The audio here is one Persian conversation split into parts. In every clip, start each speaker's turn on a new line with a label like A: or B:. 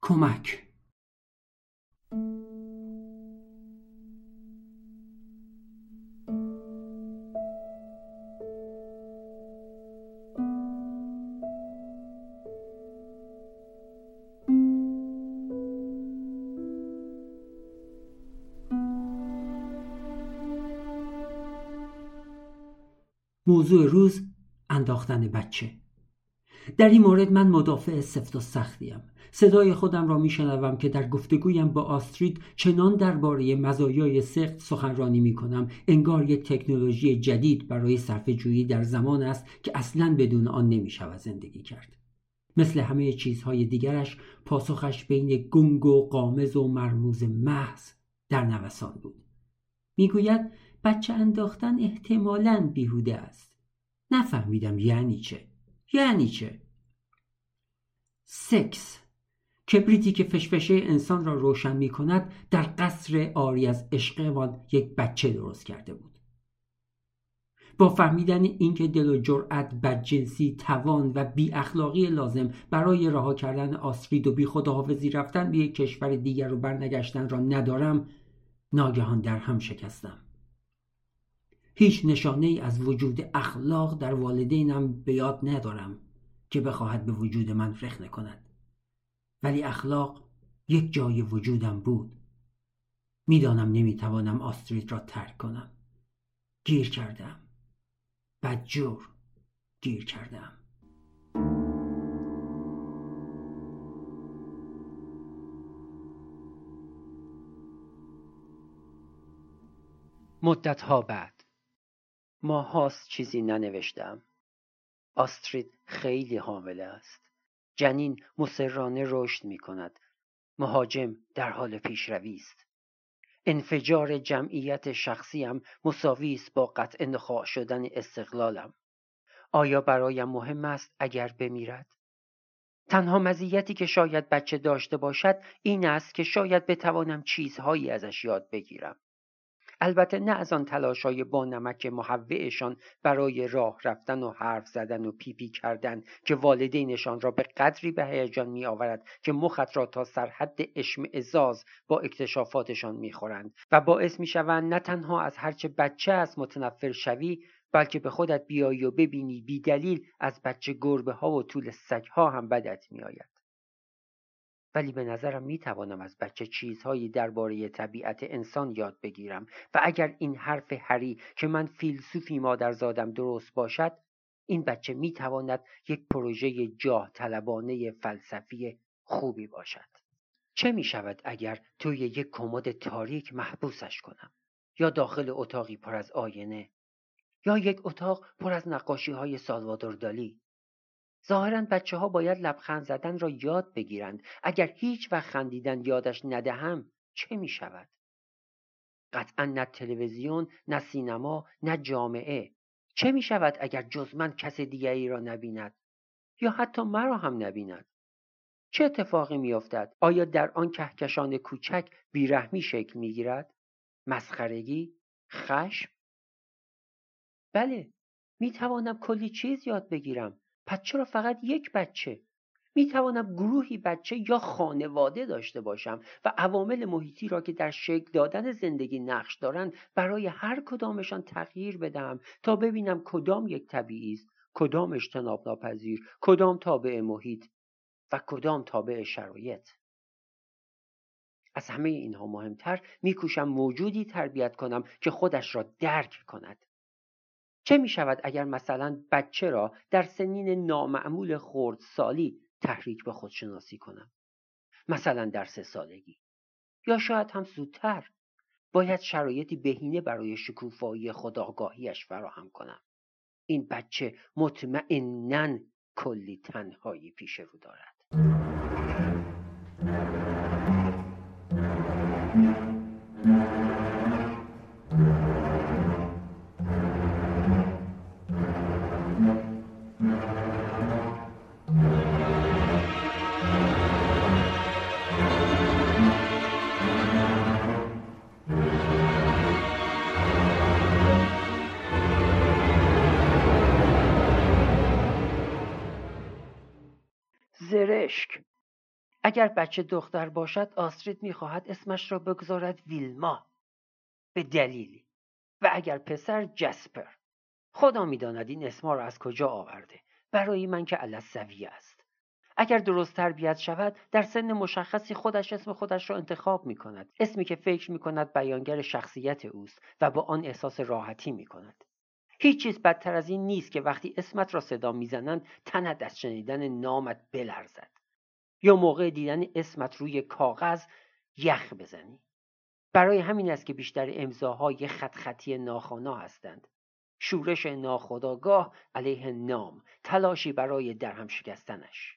A: کمک. موضوع روز انداختن بچه. در این مورد من مدافع سفت و سختیم. صدای خودم را میشنوم که در گفتگویم با آسترید چنان درباره مزایای سخت سخنرانی میکنم انگار یک تکنولوژی جدید برای صرفه‌جویی در زمان است که اصلاً بدون آن نمیشود زندگی کرد. مثل همه چیزهای دیگرش پاسخش بین گنگ و غامض و مرموز محض در نوسان بود. میگوید بچه انداختن احتمالاً بیهوده است. نفهمیدم یعنی چه؟ یعنی چه؟ سکس، کبریتی که فشفشه انسان را روشن می کند، در قصر عاری از عشقمان یک بچه درست کرده بود. با فهمیدن اینکه دل و جرأت، بدجنسی، توان و بی اخلاقی لازم برای رها کردن آسترید و بی خداحافظی رفتن به یک کشور دیگر و برنگشتن را ندارم، ناگهان در هم شکستم. هیچ نشانه ای از وجود اخلاق در والدینم به یاد ندارم که بخواهد به وجود من رخنه کند. ولی اخلاق یک جای وجودم بود. میدانم نمیتوانم آسترید را ترک کنم. گیر کردم. بدجور گیر کردم.
B: مدت‌ها بعد. ماهاست چیزی ننوشتم. آسترید خیلی حامله است. جنین مصرانه رشد می کند. مهاجم در حال پیشروی است. انفجار جمعیت شخصیم مساوی است با قطع نخاع شدن استقلالم. آیا برایم مهم است اگر بمیرد؟ تنها مزیتی که شاید بچه داشته باشد این است که شاید بتوانم چیزهایی ازش یاد بگیرم. البته نه از آن تلاش‌های با نمک محوعشان برای راه رفتن و حرف زدن و پیپی کردن که والدینشان را به قدری به هیجان می‌آورد که مخت را تا سرحد اشمئزاز با اکتشافاتشان می‌خورند و باعث می‌شوند نه تنها از هرچه بچه است متنفر شوی، بلکه به خودت بیایی و ببینی بی دلیل از بچه گربه‌ها و طول سگ‌ها هم بدت می‌آید. ولی به نظرم میتوانم از بچه چیزهایی درباره طبیعت انسان یاد بگیرم و اگر این حرف هری که من فیلسوفی مادرزادم درست باشد، این بچه میتواند یک پروژه جاه طلبانه فلسفی خوبی باشد. چه میشود اگر توی یک کمد تاریک محبوسش کنم؟ یا داخل اتاقی پر از آینه؟ یا یک اتاق پر از نقاشی‌های سالوادور دالی؟ ظاهراً بچه‌ها باید لبخند زدن را یاد بگیرند. اگر هیچ وقت خندیدن یادش ندهم چه می شود؟ قطعاً نه تلویزیون، نه سینما، نه جامعه. چه می شود اگر جز من کس دیگری را نبیند؟ یا حتی مرا هم نبیند؟ چه اتفاقی می افتد؟ آیا در آن کهکشان کوچک بیرحمی شکل می گیرد؟ مسخرگی؟ خشم؟ بله، می توانم کلی چیز یاد بگیرم. پس چرا فقط یک بچه؟ می توانم گروهی بچه یا خانواده داشته باشم و عوامل محیطی را که در شکل دادن زندگی نقش دارند برای هر کدامشان تغییر بدهم تا ببینم کدام یک طبیعی است، کدام اجتناب ناپذیر، کدام تابع محیط و کدام تابع شرایط. از همه اینها مهمتر میکوشم موجودی تربیت کنم که خودش را درک کند. چه می شود اگر مثلا بچه را در سنین نامعمول خردسالی تحریک به خودشناسی کنم؟ مثلا در 3 سالگی یا شاید هم زودتر. باید شرایطی بهینه برای شکوفایی خودآگاهیش فراهم کنم. این بچه مطمئناً کلی تنهایی پیش رو دارد. زرشک. اگر بچه دختر باشد آسترید میخواهد اسمش را بگذارد ویلما به دلیلی و اگر پسر جسپر. خدا میداند این اسما را از کجا آورده. برای من که السویه است. اگر درست تربیت شود در سن مشخصی خودش اسم خودش را انتخاب می کند. اسمی که فکر می کند بیانگر شخصیت اوست و با آن احساس راحتی می کند. هیچ چیز بدتر از این نیست که وقتی اسمت را صدا می زنند تنت از شنیدن نامت بلرزد یا موقع دیدن اسمت روی کاغذ یخ بزنی. برای همین است که بیشتر امضاهای خط خطی ناخوانا هستند. شورش ناخودآگاه علیه نام، تلاشی برای درهم شکستنش.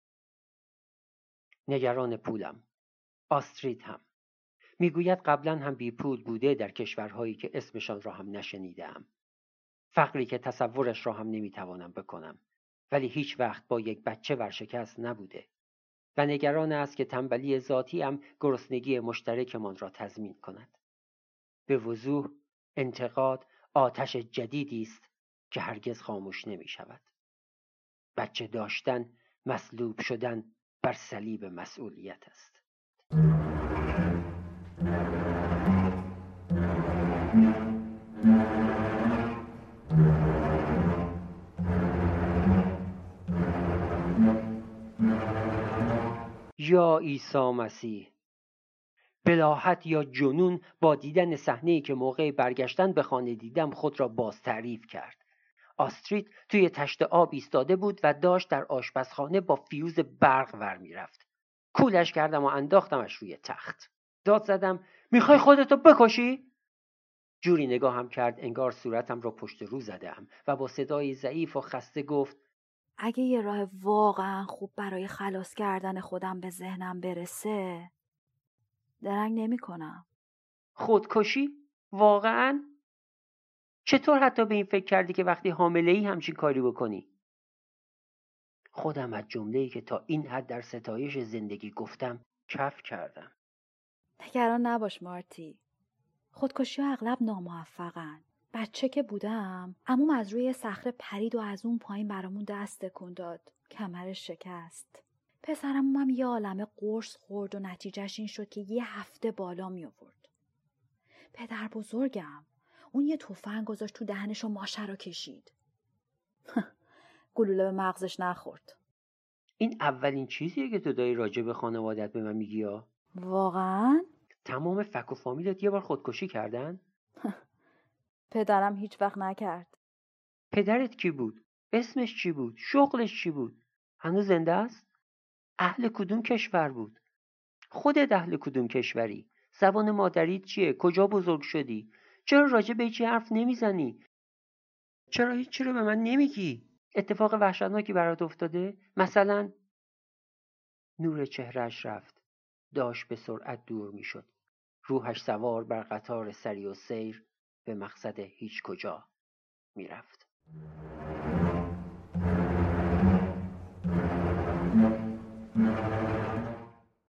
B: نگران پولم. آسترید هم میگوید قبلا هم بی پول بوده در کشورهایی که اسمشان را هم نشنیدم. فقری که تصورش را هم نمیتوانم بکنم، ولی هیچ وقت با یک بچه ورشکست نبوده و نگران است که تنبلی ذاتی هم گرسنگی مشترکمان را تضمین کند. به وضوح انتقاد آتش جدیدی است که هرگز خاموش نمی شود. بچه داشتن مصلوب شدن بر صلیب مسئولیت است. یا عیسی مسیح، بلاهت یا جنون با دیدن صحنه‌ای که موقع برگشتن به خانه دیدم خود را باز تعریف کرد. آسترید توی تشت آب ایستاده بود و داشت در آشپزخانه با فیوز برق ور میرفت. کولش کردم و انداختمش روی تخت. داد زدم میخوای خودتو بکشی؟ جوری نگاهم کرد انگار صورتم را پشت رو زدم و با صدای ضعیف و خسته گفت
C: اگه یه راه واقعا خوب برای خلاص کردن خودم به ذهنم برسه درنگ نمی کنم.
B: خودکشی؟ واقعا؟ چطور حتی به این فکر کردی که وقتی حامله‌ای همچین کاری بکنی؟ خودم از جمله‌ای که تا این حد در ستایش زندگی گفتم کف کردم.
C: نگران نباش مارتی. خودکشی ها اغلب ناموفقن. بچه که بودم عموم از روی صخره پرید و از اون پایین برامون دست تکون داد. کمرش شکست. پسرمومم یه عالمه قرص خورد و نتیجهش این شد که یه هفته بالا می آورد. پدر بزرگم اون یه تفنگ گذاشت تو دهنش و ماشه رو کشید. گلوله به مغزش نخورد.
B: این اولین چیزیه که تو داری راجع به خانوادت به من میگی ها؟
C: واقعاً؟
B: تمام فک و فامیلت یه بار خودکشی کردن؟
C: پدرم هیچ وقت نکرد.
B: پدرت کی بود؟ اسمش چی بود؟ شغلش چی بود؟ هنوز زنده است؟ اهل کدوم کشور بود؟ خودت اهل کدوم کشوری؟ زبان مادریت چیه؟ کجا بزرگ شدی؟ چرا راجع به هیچی حرف نمیزنی؟ چرا هیچی رو به من نمیگی؟ اتفاق وحشتناکی برات افتاده؟ مثلا نور چهرهش رفت. داشت به سرعت دور میشد. روحش سوار بر قطار سری و سیر به مقصد هیچ کجا میرفت.